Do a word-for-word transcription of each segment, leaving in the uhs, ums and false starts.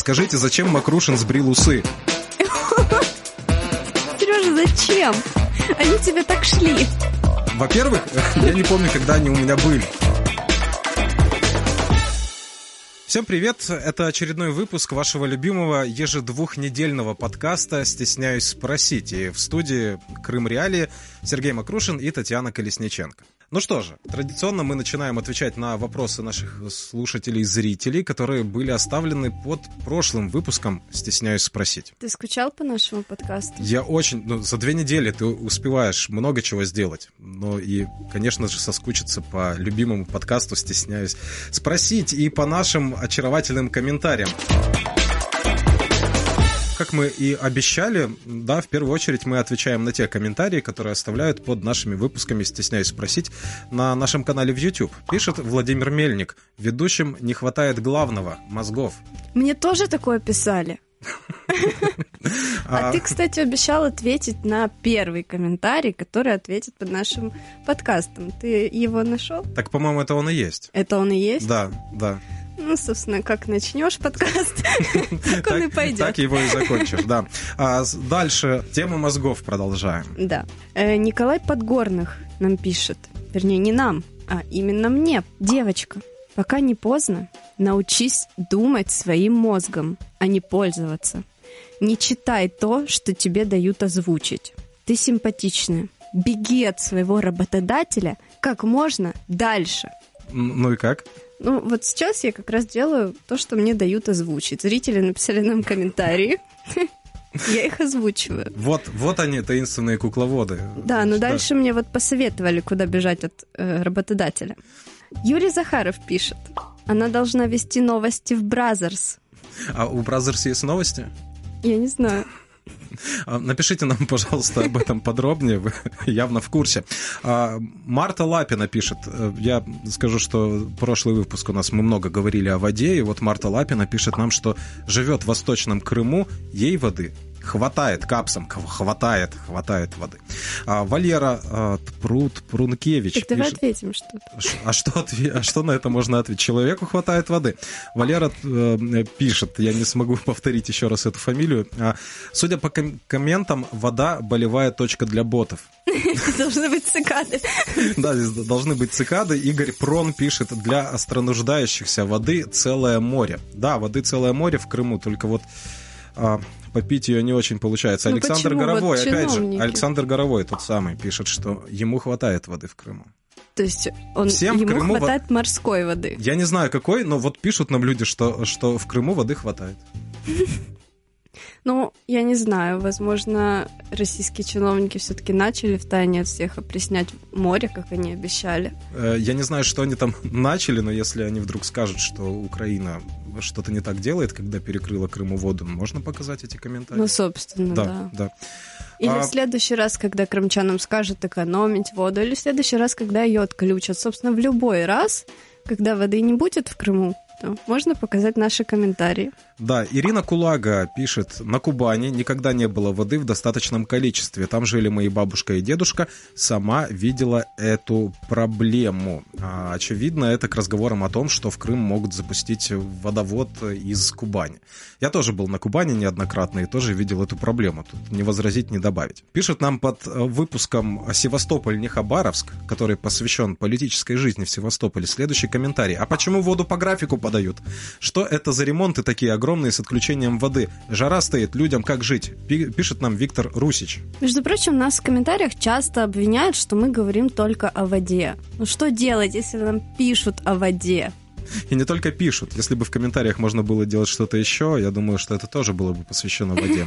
Скажите, зачем Макрушин сбрил усы? Сережа, зачем? Они тебе так шли. Во-первых, я не помню, когда они у меня были. Всем привет! Это очередной выпуск вашего любимого ежедвухнедельного подкаста «Стесняюсь спросить». И в студии «Крым Реалии» Сергей Макрушин и Татьяна Колесниченко. Ну что же, традиционно мы начинаем отвечать на вопросы наших слушателей и зрителей, которые были оставлены под прошлым выпуском «Стесняюсь спросить». Ты скучал по нашему подкасту? Я очень... Ну, за две недели ты успеваешь много чего сделать. Ну и, конечно же, соскучиться по любимому подкасту «Стесняюсь спросить» и по нашим очаровательным комментариям. Как мы и обещали, да, в первую очередь мы отвечаем на те комментарии, которые оставляют под нашими выпусками «Стесняюсь спросить» на нашем канале в YouTube. Пишет Владимир Мельник: ведущим не хватает главного — мозгов. Мне тоже такое писали. А ты, кстати, обещал ответить на первый комментарий, который ответит под нашим подкастом. Ты его нашел? Так, по-моему, это он и есть. Это он и есть? Да, да. Ну, собственно, как начнешь подкаст, так он и пойдет. Так его и закончишь, да. А дальше тему мозгов продолжаем. Да. Николай Подгорных нам пишет, вернее, не нам, а именно мне. Девочка, пока не поздно, научись думать своим мозгом, а не пользоваться. Не читай то, что тебе дают озвучить. Ты симпатичная. Беги от своего работодателя как можно дальше. Ну и как? Ну, вот сейчас я как раз делаю то, что мне дают озвучить. Зрители написали нам комментарии. Я их озвучиваю. Вот, вот они, таинственные кукловоды. Да, но дальше мне вот посоветовали, куда бежать от э, работодателя. Юрий Захаров пишет. Она должна вести новости в Бразерс. А у Бразерс есть новости? Я не знаю. Напишите нам, пожалуйста, об этом подробнее, вы явно в курсе. Марта Лапина пишет, я скажу, что прошлый выпуск у нас мы много говорили о воде, и вот Марта Лапина пишет нам, что живет в Восточном Крыму, ей воды хватает, капсом хватает, хватает воды. А Валера а, Прут Прункевич так давай пишет, ответим что-то. А что, а что на это можно ответить? Человеку хватает воды. Валера э, пишет, я не смогу повторить еще раз эту фамилию. А, судя по ком- комментам, вода — болевая точка для ботов. Должны быть цикады. Да, здесь должны быть цикады. Игорь Прон пишет, для остронуждающихся воды целое море. Да, воды целое море в Крыму, только вот а, попить ее не очень получается. Ну, Александр почему? Горовой, вот опять чиновники. же, Александр Горовой тот самый пишет, что ему хватает воды в Крыму. То есть он, Всем ему в Крыму хватает во... морской воды. Я не знаю какой, но вот пишут нам люди, что, что в Крыму воды хватает. Ну, я не знаю, возможно, российские чиновники все-таки начали втайне от всех опреснять море, как они обещали. Я не знаю, что они там начали, но если они вдруг скажут, что Украина что-то не так делает, когда перекрыла Крыму воду, можно показать эти комментарии? Ну, собственно, да. да. да. Или а... в следующий раз, когда крымчанам скажут экономить воду, или в следующий раз, когда ее отключат. Собственно, в любой раз, когда воды не будет в Крыму, можно показать наши комментарии. Да, Ирина Кулага пишет, на Кубани никогда не было воды в достаточном количестве. Там жили мои бабушка и дедушка. Сама видела эту проблему. А, очевидно, это к разговорам о том, что в Крым могут запустить водовод из Кубани. Я тоже был на Кубани неоднократно и тоже видел эту проблему. Тут не возразить, не добавить. Пишет нам под выпуском «Севастополь не Хабаровск», который посвящен политической жизни в Севастополе, следующий комментарий. А почему воду по графику подают? Что это за ремонты такие огромные с отключением воды? Жара стоит, людям как жить? Пишет нам Виктор Русич. Между прочим, нас в комментариях часто обвиняют, что мы говорим только о воде. Ну что делать, если нам пишут о воде? И не только пишут. Если бы в комментариях можно было делать что-то еще, я думаю, что это тоже было бы посвящено воде.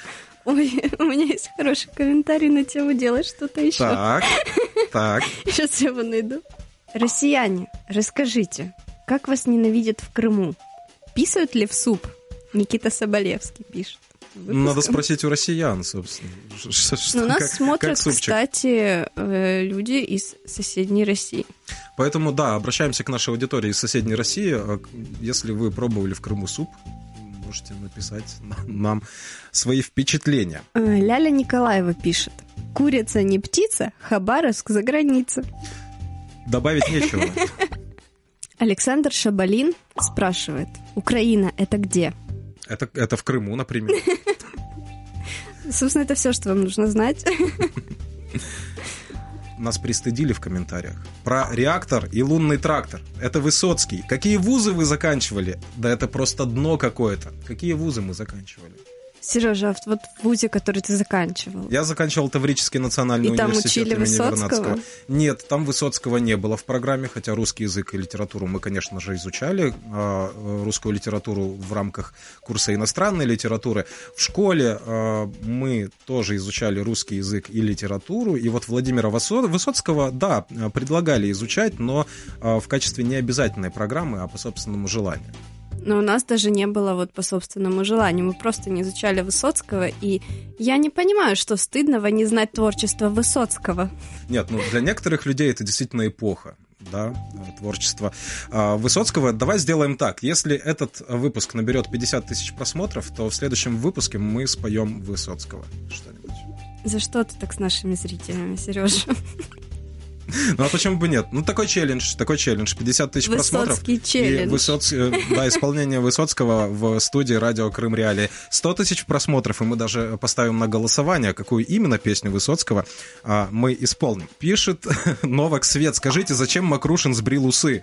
Ой, у меня есть хороший комментарий на тему «делать что-то еще». Так, так. Сейчас я его найду. Россияне, расскажите, как вас ненавидят в Крыму? Писают ли в суп? Никита Соболевский пишет. Выпуском. Надо спросить у россиян, собственно. Что, Но нас как, смотрят, как кстати, люди из соседней России. Поэтому, да, обращаемся к нашей аудитории из соседней России. Если вы пробовали в Крыму суп, можете написать нам свои впечатления. Ляля Николаева пишет. Курица не птица, Хабаровск за граница. Добавить нечего. Александр Шабалин спрашивает. Украина — это где? Это, это в Крыму, например. Собственно, это все, что вам нужно знать. Нас пристыдили в комментариях. Про реактор и лунный трактор. Это Высоцкий. Какие вузы вы заканчивали? Да это просто дно какое-то. Какие вузы мы заканчивали? Сережа, а вот в вузе, который ты заканчивал? Я заканчивал Таврический национальный и университет имени Высоцкого? Вернадского. Нет, там Высоцкого не было в программе, хотя русский язык и литературу мы, конечно же, изучали. Русскую литературу в рамках курса иностранной литературы. В школе мы тоже изучали русский язык и литературу. И вот Владимира Высоцкого, да, предлагали изучать, но в качестве необязательной программы, а по собственному желанию. Но у нас даже не было вот по собственному желанию. Мы просто не изучали Высоцкого, и я не понимаю, что стыдного не знать творчество Высоцкого. Нет, ну для некоторых людей это действительно эпоха, да, творчество Высоцкого. Давай сделаем так. Если этот выпуск наберет пятьдесят тысяч просмотров, то в следующем выпуске мы споем Высоцкого что-нибудь. За что ты так с нашими зрителями, Сережа? Ну а почему бы нет? Ну такой челлендж, такой челлендж, пятьдесят тысяч просмотров. Высоцкий челлендж. И Высоц... да, исполнение Высоцкого в студии радио Крым Реалии. сто тысяч просмотров, и мы даже поставим на голосование, какую именно песню Высоцкого а, мы исполним. Пишет Новак Свет, скажите, зачем Макрушин сбрил усы?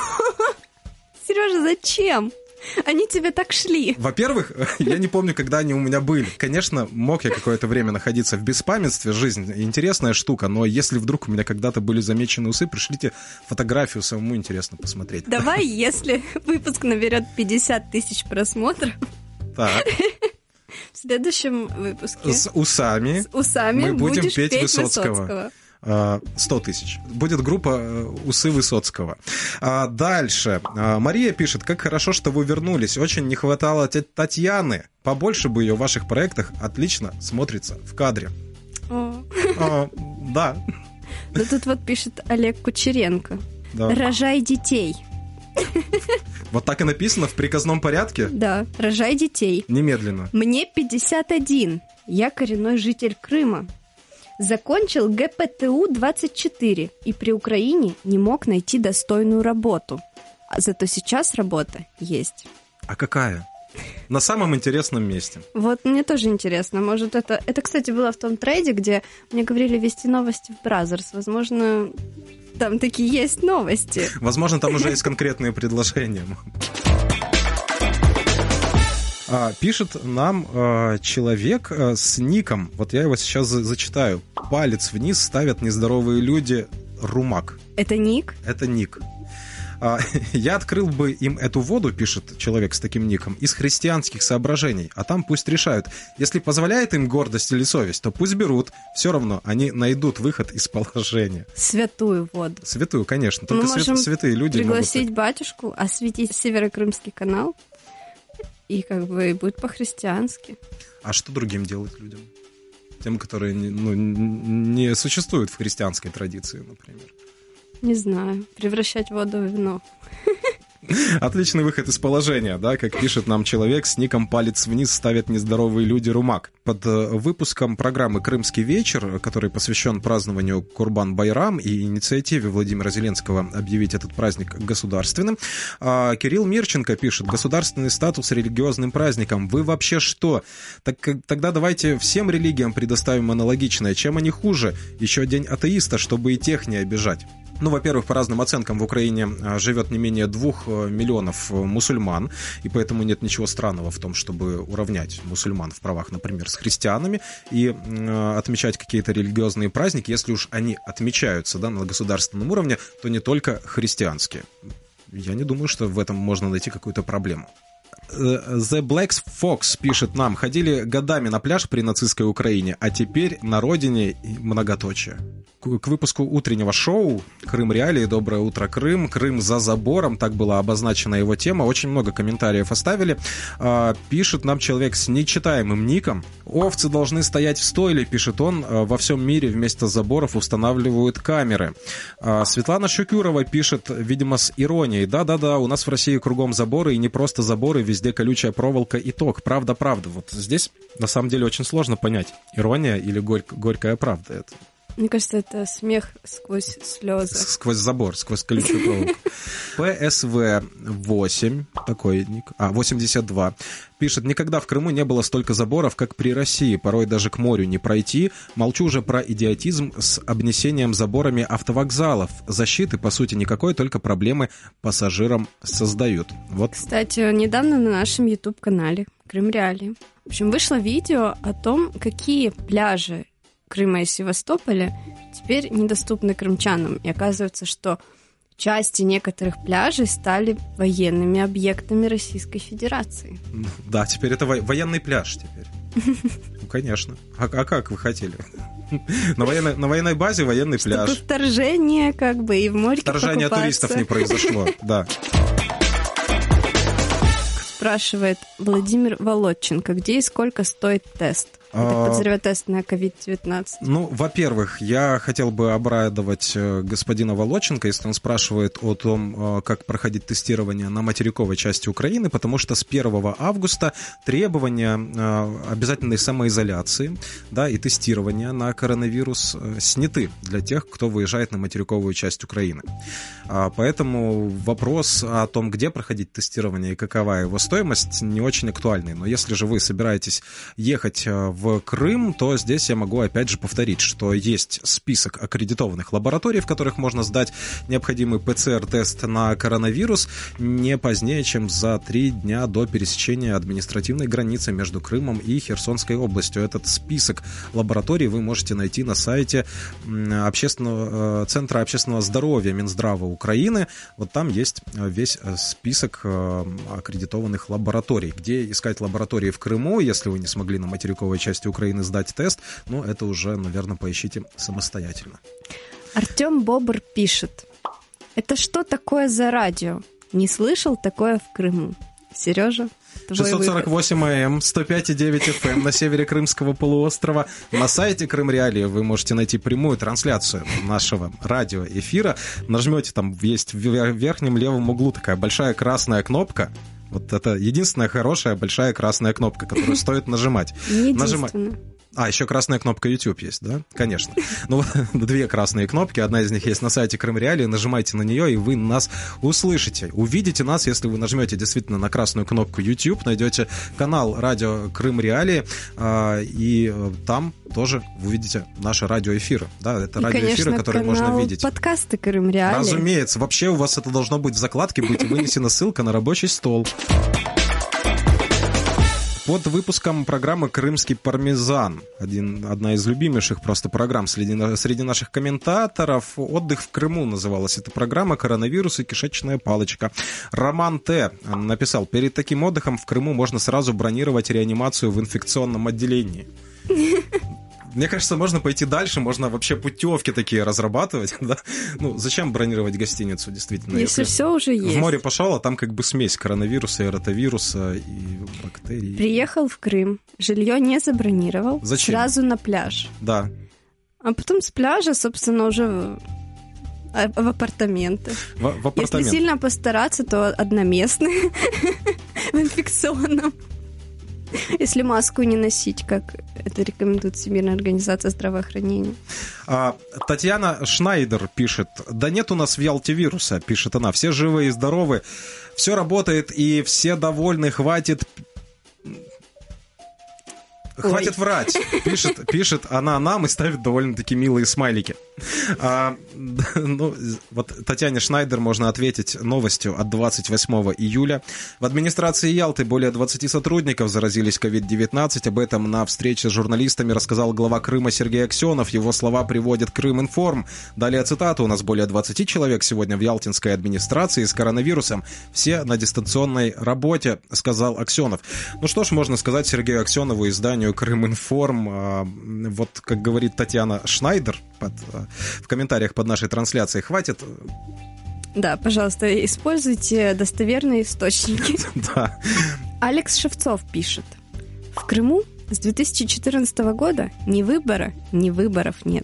Сережа, зачем? Они тебе так шли. Во-первых, я не помню, когда они у меня были. Конечно, мог я какое-то время находиться в беспамятстве. Жизнь интересная штука, но если вдруг у меня когда-то были замечены усы, пришлите фотографию, самому интересно посмотреть. Давай, если выпуск наберет пятьдесят тысяч просмотров, так. В следующем выпуске с усами, с усами мы будем будешь петь, петь Высоцкого. Высоцкого. сто тысяч. Будет группа «Усы Высоцкого». А дальше. Мария пишет, как хорошо, что вы вернулись. Очень не хватало Татьяны. Побольше бы ее в ваших проектах. Отлично смотрится в кадре. О. А, да. Да тут вот пишет Олег Кучеренко. Да. Рожай детей. Вот так и написано в приказном порядке? Да, рожай детей. Немедленно. Мне пятьдесят один. Я коренной житель Крыма. Закончил гэ пэ тэ у двадцать четыре и при Украине не мог найти достойную работу. А зато сейчас работа есть. А какая? На самом интересном месте. Вот мне тоже интересно. Может, это... Это, кстати, было в том трейде, где мне говорили вести новости в Бразерс. Возможно, там такие есть новости. Возможно, там уже есть конкретные предложения. А, пишет нам а, человек а, с ником, вот я его сейчас за- зачитаю. Палец вниз ставят нездоровые люди. Румак. Это ник? Это ник. А, я открыл бы им эту воду, пишет человек с таким ником, из христианских соображений, а там пусть решают. Если позволяет им гордость или совесть, то пусть берут. Все равно они найдут выход из положения. Святую воду. Святую, конечно. Только Мы свят- можем святые люди пригласить могут... батюшку, осветить Северокрымский канал, и как бы будет по-христиански. А что другим делать людям? Тем, которые не, ну, не существуют в христианской традиции, например. Не знаю. Превращать воду в вино. Отличный выход из положения, да, как пишет нам человек с ником «Палец вниз ставят нездоровые люди Румак». Под выпуском программы «Крымский вечер», который посвящен празднованию Курбан-Байрам и инициативе Владимира Зеленского объявить этот праздник государственным, Кирилл Мирченко пишет: «Государственный статус религиозным праздником. Вы вообще что? Так, тогда давайте всем религиям предоставим аналогичное. Чем они хуже? Еще день атеиста, чтобы и тех не обижать». Ну, во-первых, по разным оценкам в Украине живет не менее двух миллионов мусульман, и поэтому нет ничего странного в том, чтобы уравнять мусульман в правах, например, с христианами и отмечать какие-то религиозные праздники. Если уж они отмечаются, да, на государственном уровне, то не только христианские. Я не думаю, что в этом можно найти какую-то проблему. The Black Fox пишет нам: ходили годами на пляж при нацистской Украине, а теперь на родине многоточие. К выпуску утреннего шоу «Крым Реалии», «Доброе утро, Крым», «Крым за забором», так была обозначена его тема. Очень много комментариев оставили. Пишет нам человек с нечитаемым ником: «Овцы должны стоять в стойле», пишет он, «во всем мире вместо заборов устанавливают камеры». Светлана Щукюрова пишет, видимо, с иронией: «Да-да-да, у нас в России кругом заборы, и не просто заборы, везде колючая проволока и ток. Правда-правда». Вот здесь, на самом деле, очень сложно понять, ирония или горь- горькая правда это. Мне кажется, это смех сквозь слезы. Сквозь забор, сквозь колючую проволоку. пэ эс вэ восемь, такой ник, а, восемьдесят два, пишет: никогда в Крыму не было столько заборов, как при России. Порой даже к морю не пройти. Молчу уже про идиотизм с обнесением заборами автовокзалов. Защиты, по сути, никакой, только проблемы пассажирам создают. Вот. Кстати, недавно на нашем YouTube-канале Крым Реалии, в общем, вышло видео о том, какие пляжи Крыма и Севастополя теперь недоступны крымчанам. И оказывается, что части некоторых пляжей стали военными объектами Российской Федерации. Да, теперь это во- военный пляж теперь. Ну, конечно. А, а как вы хотели? На военной, на военной базе военный пляж. Чтобы вторжение как бы и в море Вторжение туристов не произошло, да. Спрашивает Владимир Володченко, где и сколько стоит тест? Это, подозреваю, тест на ковид девятнадцать. Ну, во-первых, я хотел бы обрадовать господина Володченко, если он спрашивает о том, как проходить тестирование на материковой части Украины, потому что с первого августа требования обязательной самоизоляции, да, и тестирования на коронавирус сняты для тех, кто выезжает на материковую часть Украины. Поэтому вопрос о том, где проходить тестирование и какова его стоимость, не очень актуальный. Но если же вы собираетесь ехать в в Крым, то здесь я могу опять же повторить, что есть список аккредитованных лабораторий, в которых можно сдать необходимый пэ цэ эр-тест на коронавирус не позднее, чем за три дня до пересечения административной границы между Крымом и Херсонской областью. Этот список лабораторий вы можете найти на сайте общественного, Центра общественного здоровья Минздрава Украины. Вот там есть весь список аккредитованных лабораторий. Где искать лаборатории в Крыму, если вы не смогли на материковой части части Украины сдать тест, но это уже, наверное, поищите самостоятельно. Артем Бобр пишет: это что такое за радио? Не слышал такое в Крыму. Сережа, шестьсот сорок восемь эй эм, сто пять и девять эф эм на севере Крымского полуострова. На сайте Крым Реалии вы можете найти прямую трансляцию нашего радиоэфира. Нажмете, там есть в верхнем левом углу такая большая красная кнопка. Вот это единственная хорошая большая красная кнопка, которую стоит нажимать. Единственная. А, еще красная кнопка YouTube есть, да? Конечно. Ну, две красные кнопки, одна из них есть на сайте Крым Реалии, нажимайте на нее, и вы нас услышите. Увидите нас, если вы нажмете действительно на красную кнопку YouTube, найдете канал радио Крым Реалии, и там тоже увидите наши радиоэфиры. Да, это и, радиоэфиры, которые можно видеть. Подкасты Крым Реалии. Разумеется. Вообще у вас это должно быть в закладке, быть вынесена ссылка на рабочий стол. Под выпуском программы «Крымский пармезан», один, одна из любимейших просто программ среди, среди наших комментаторов, «Отдых в Крыму» называлась эта программа, «Коронавирус и кишечная палочка». Роман Т. написал: перед таким отдыхом в Крыму можно сразу бронировать реанимацию в инфекционном отделении. Мне кажется, можно пойти дальше, можно вообще путевки такие разрабатывать. Да? Ну, зачем бронировать гостиницу, действительно? Если, если все уже есть. В море пошел, а там как бы смесь коронавируса и ротавируса и бактерий. Приехал в Крым, жилье не забронировал. Зачем? Сразу на пляж. Да. А потом с пляжа, собственно, уже в, в апартаменты. В, в апартаменты. Если сильно постараться, то одноместные в инфекционном. Если маску не носить, как это рекомендует Всемирная организация здравоохранения. А, Татьяна Шнайдер пишет: да нет у нас в Ялте вируса, пишет она, все живы и здоровы, все работает и все довольны, хватит... Хватит Ой. врать, пишет, пишет она нам и ставит довольно-таки милые смайлики. А, ну, вот Татьяне Шнайдер можно ответить новостью от двадцать восьмого июля. В администрации Ялты более двадцати сотрудников заразились ковид девятнадцать. Об этом на встрече с журналистами рассказал глава Крыма Сергей Аксенов. Его слова приводит Крыминформ. Далее цитата: у нас более двадцати человек сегодня в ялтинской администрации с коронавирусом. Все на дистанционной работе, сказал Аксенов. Ну что ж, можно сказать Сергею Аксенову, изданию Крыминформ. Вот, как говорит Татьяна Шнайдер под, в комментариях под нашей трансляцией, хватит... Да, пожалуйста, используйте достоверные источники. Да. Алекс Шевцов пишет: в Крыму с две тысячи четырнадцатого года ни выбора, ни выборов нет.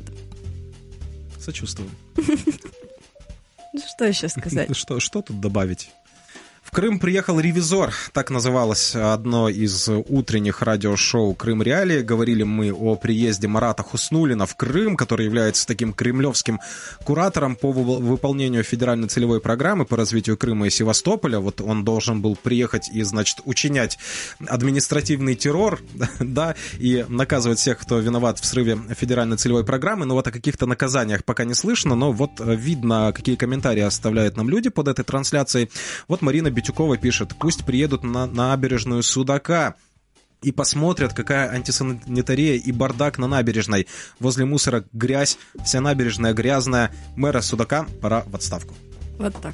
Сочувствую. Ну, что еще сказать? Что, что тут добавить? В Крым приехал ревизор, так называлось одно из утренних радиошоу «Крым Реалии». Говорили мы о приезде Марата Хуснуллина в Крым, который является таким кремлевским куратором по выполнению федеральной целевой программы по развитию Крыма и Севастополя. Вот он должен был приехать и, значит, учинять административный террор, да, и наказывать всех, кто виноват в срыве федеральной целевой программы. Но вот о каких-то наказаниях пока не слышно, но вот видно, какие комментарии оставляют нам люди под этой трансляцией. Вот Марина Битюкова пишет: пусть приедут на набережную Судака и посмотрят, какая антисанитария и бардак на набережной. Возле мусора грязь, вся набережная грязная. Мэра Судака пора в отставку. Вот так.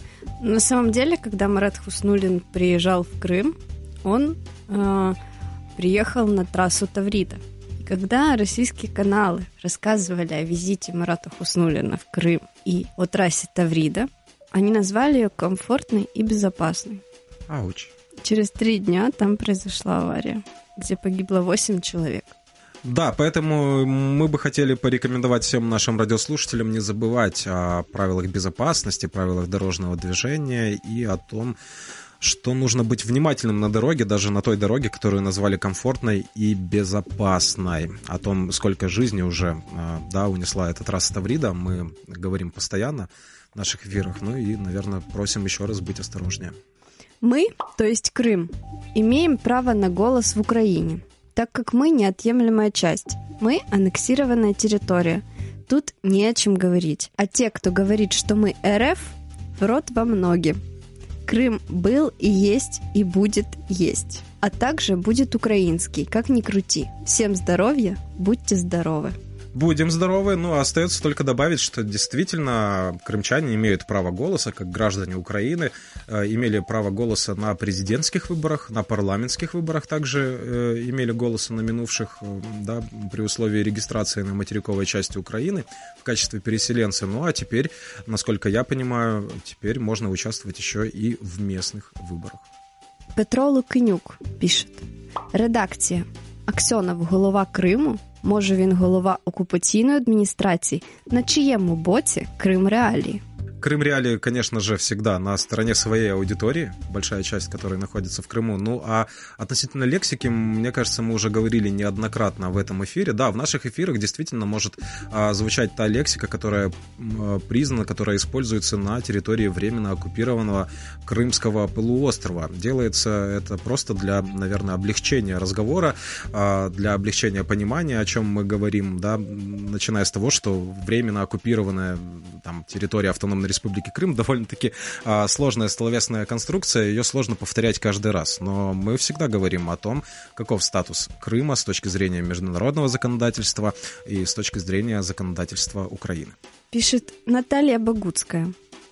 На самом деле, когда Марат Хуснуллин приезжал в Крым, он э, приехал на трассу Таврида. И когда российские каналы рассказывали о визите Марата Хуснуллина в Крым и о трассе Таврида, они назвали ее комфортной и безопасной. Ауч. Через три дня там произошла авария, где погибло восемь человек. Да, поэтому мы бы хотели порекомендовать всем нашим радиослушателям не забывать о правилах безопасности, правилах дорожного движения и о том, что нужно быть внимательным на дороге, даже на той дороге, которую назвали комфортной и безопасной. О том, сколько жизней уже, да, унесла эта трасса Таврида, мы говорим постоянно в наших эфирах. Ну и, наверное, просим еще раз быть осторожнее. Мы, то есть Крым, имеем право на голос в Украине, так как мы неотъемлемая часть. Мы аннексированная территория. Тут не о чем говорить. А те, кто говорит, что мы РФ, в рот вам ноги. Крым был и есть, и будет есть. А также будет украинский, как ни крути. Всем здоровья, будьте здоровы. Будем здоровы, ну, остается только добавить, что действительно крымчане имеют право голоса, как граждане Украины, э, имели право голоса на президентских выборах, на парламентских выборах также э, имели голоса на минувших, э, да, при условии регистрации на материковой части Украины в качестве переселенца. Ну, а теперь, насколько я понимаю, теперь можно участвовать еще и в местных выборах. Петро Лукинюк пише: редакція. Аксьонов голова Криму? Може він голова окупаційної адміністрації? На чиєму боці Крым Реалии? Крым Реалии, конечно же, всегда на стороне своей аудитории, большая часть которой находится в Крыму. Ну, а относительно лексики, мне кажется, мы уже говорили неоднократно в этом эфире. Да, в наших эфирах действительно может а, звучать та лексика, которая а, признана, которая используется на территории временно оккупированного Крымского полуострова. Делается это просто для, наверное, облегчения разговора, а, для облегчения понимания, о чем мы говорим, да, начиная с того, что временно оккупированная там, территория автономной Республики Крым довольно-таки а, сложная словесная конструкция, ее сложно повторять каждый раз. Но мы всегда говорим о том, каков статус Крыма с точки зрения международного законодательства и с точки зрения законодательства Украины. Пишет Наталья Богуцкая,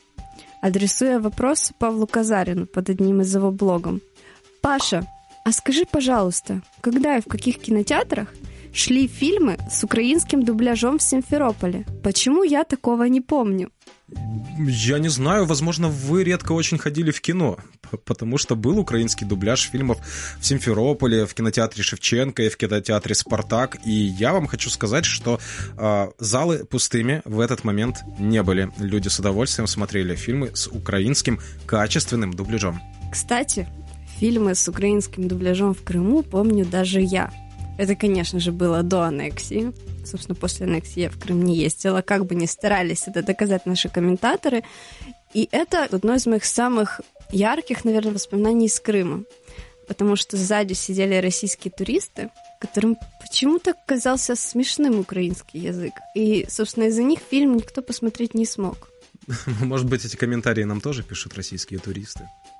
адресуя вопрос Павлу Казарину под одним из его блогов. Паша, а скажи, пожалуйста, когда и в каких кинотеатрах шли фильмы с украинским дубляжом в Симферополе? Почему я такого не помню? Я не знаю, возможно, вы редко очень ходили в кино, потому что был украинский дубляж фильмов в Симферополе, в кинотеатре Шевченко и в кинотеатре «Спартак», и я вам хочу сказать, что э, залы пустыми в этот момент не были. Люди с удовольствием смотрели фильмы с украинским качественным дубляжом. Кстати, фильмы с украинским дубляжом в Крыму помню даже я. Это, конечно же, было до аннексии. Собственно, после аннексии я в Крым не ездила. Как бы ни старались это доказать наши комментаторы. И это одно из моих самых ярких, наверное, воспоминаний из Крыма. Потому что сзади сидели российские туристы, которым почему-то казался смешным украинский язык. И, собственно, из-за них фильм никто посмотреть не смог. Может быть, эти комментарии нам тоже пишут российские туристы?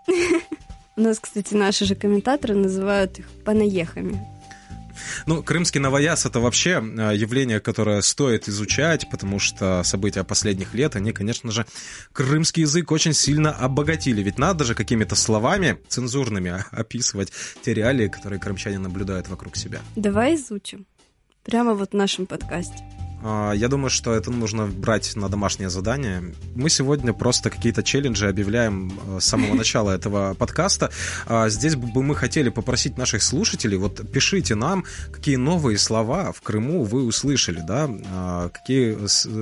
У нас, кстати, наши же комментаторы называют их понаехами. Ну, крымский новояз — это вообще явление, которое стоит изучать, потому что события последних лет, они, конечно же, крымский язык очень сильно обогатили. Ведь надо же какими-то словами цензурными описывать те реалии, которые крымчане наблюдают вокруг себя. Давай изучим. Прямо вот в нашем подкасте. Я думаю, что это нужно брать на домашнее задание. Мы сегодня просто какие-то челленджи объявляем с самого начала этого подкаста. Здесь бы мы хотели попросить наших слушателей, вот пишите нам, какие новые слова в Крыму вы услышали, да, какие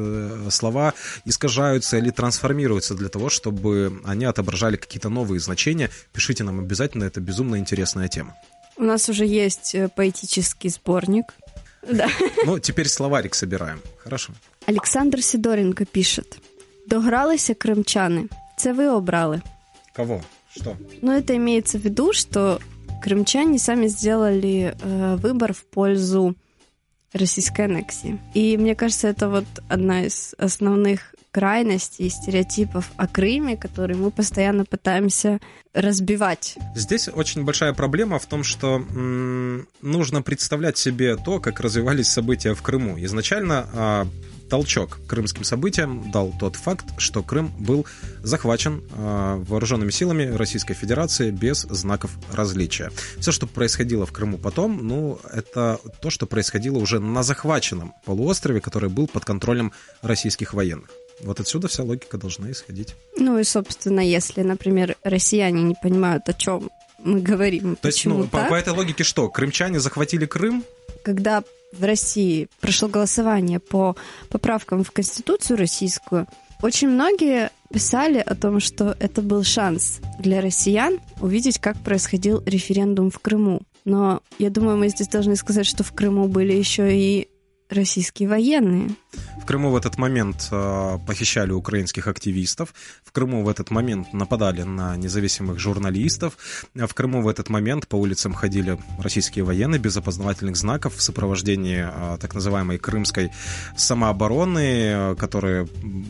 слова искажаются или трансформируются для того, чтобы они отображали какие-то новые значения. Пишите нам обязательно, это безумно интересная тема. У нас уже есть поэтический сборник. Да. Ну, теперь словарик собираем. Хорошо. Олександр Сидоренко пишет. Догралися крымчаны. Це вы обрали. Кого? Что? Ну, это имеется в виду, что крымчане сами сделали э, выбор в пользу российской аннексии. И мне кажется, это вот одна из основных крайностей, стереотипов о Крыме, которые мы постоянно пытаемся разбивать. Здесь очень большая проблема в том, что м- нужно представлять себе то, как развивались события в Крыму. Изначально а, толчок крымским событиям дал тот факт, что Крым был захвачен а, вооруженными силами Российской Федерации без знаков различия. Все, что происходило в Крыму потом, ну, это то, что происходило уже на захваченном полуострове, который был под контролем российских военных. Вот отсюда вся логика должна исходить. Ну и, собственно, если, например, россияне не понимают, о чем мы говорим, то есть, ну, по, по этой логике что? Крымчане захватили Крым? Когда в России прошло голосование по поправкам в Конституцию российскую, очень многие писали о том, что это был шанс для россиян увидеть, как происходил референдум в Крыму. Но я думаю, мы здесь должны сказать, что в Крыму были еще и российские военные. В Крыму в этот момент э, похищали украинских активистов, в Крыму в этот момент нападали на независимых журналистов, в Крыму в этот момент по улицам ходили российские военные без опознавательных знаков в сопровождении э, так называемой крымской самообороны, э, которые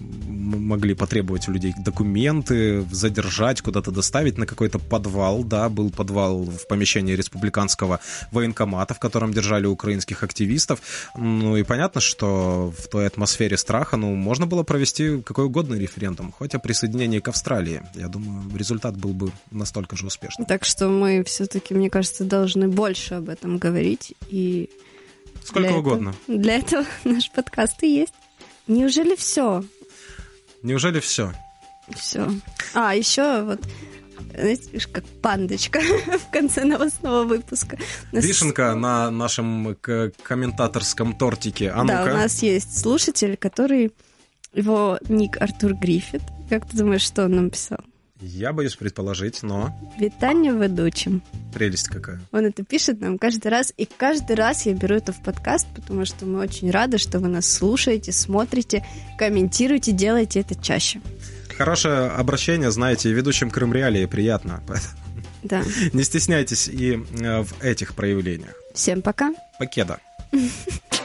могли потребовать у людей документы, задержать, куда-то доставить на какой-то подвал, да, был подвал в помещении республиканского военкомата, в котором держали украинских активистов. Ну и понятно, что в той атмосфере страха, ну, можно было провести какой угодно референдум, хоть о присоединении к Австралии. Я думаю, результат был бы настолько же успешным. Так что мы все-таки, мне кажется, должны больше об этом говорить. И сколько для угодно. Этого, для этого наш подкаст и есть. Неужели все? Неужели все? Все. А, еще вот, знаете, как пандочка в конце новостного выпуска. Нас... Вишенка на нашем комментаторском тортике. А да, ну-ка. У нас есть слушатель, который... Его ник Артур Гриффит. Как ты думаешь, что он нам писал? Я боюсь предположить, но... Витание ведучим. Прелесть какая. Он это пишет нам каждый раз, и каждый раз я беру это в подкаст, потому что мы очень рады, что вы нас слушаете, смотрите, комментируете, делаете это чаще. Хорошее обращение, знаете, ведущим Крым Реалии приятно. Да. Не стесняйтесь и в этих проявлениях. Всем пока. Покеда.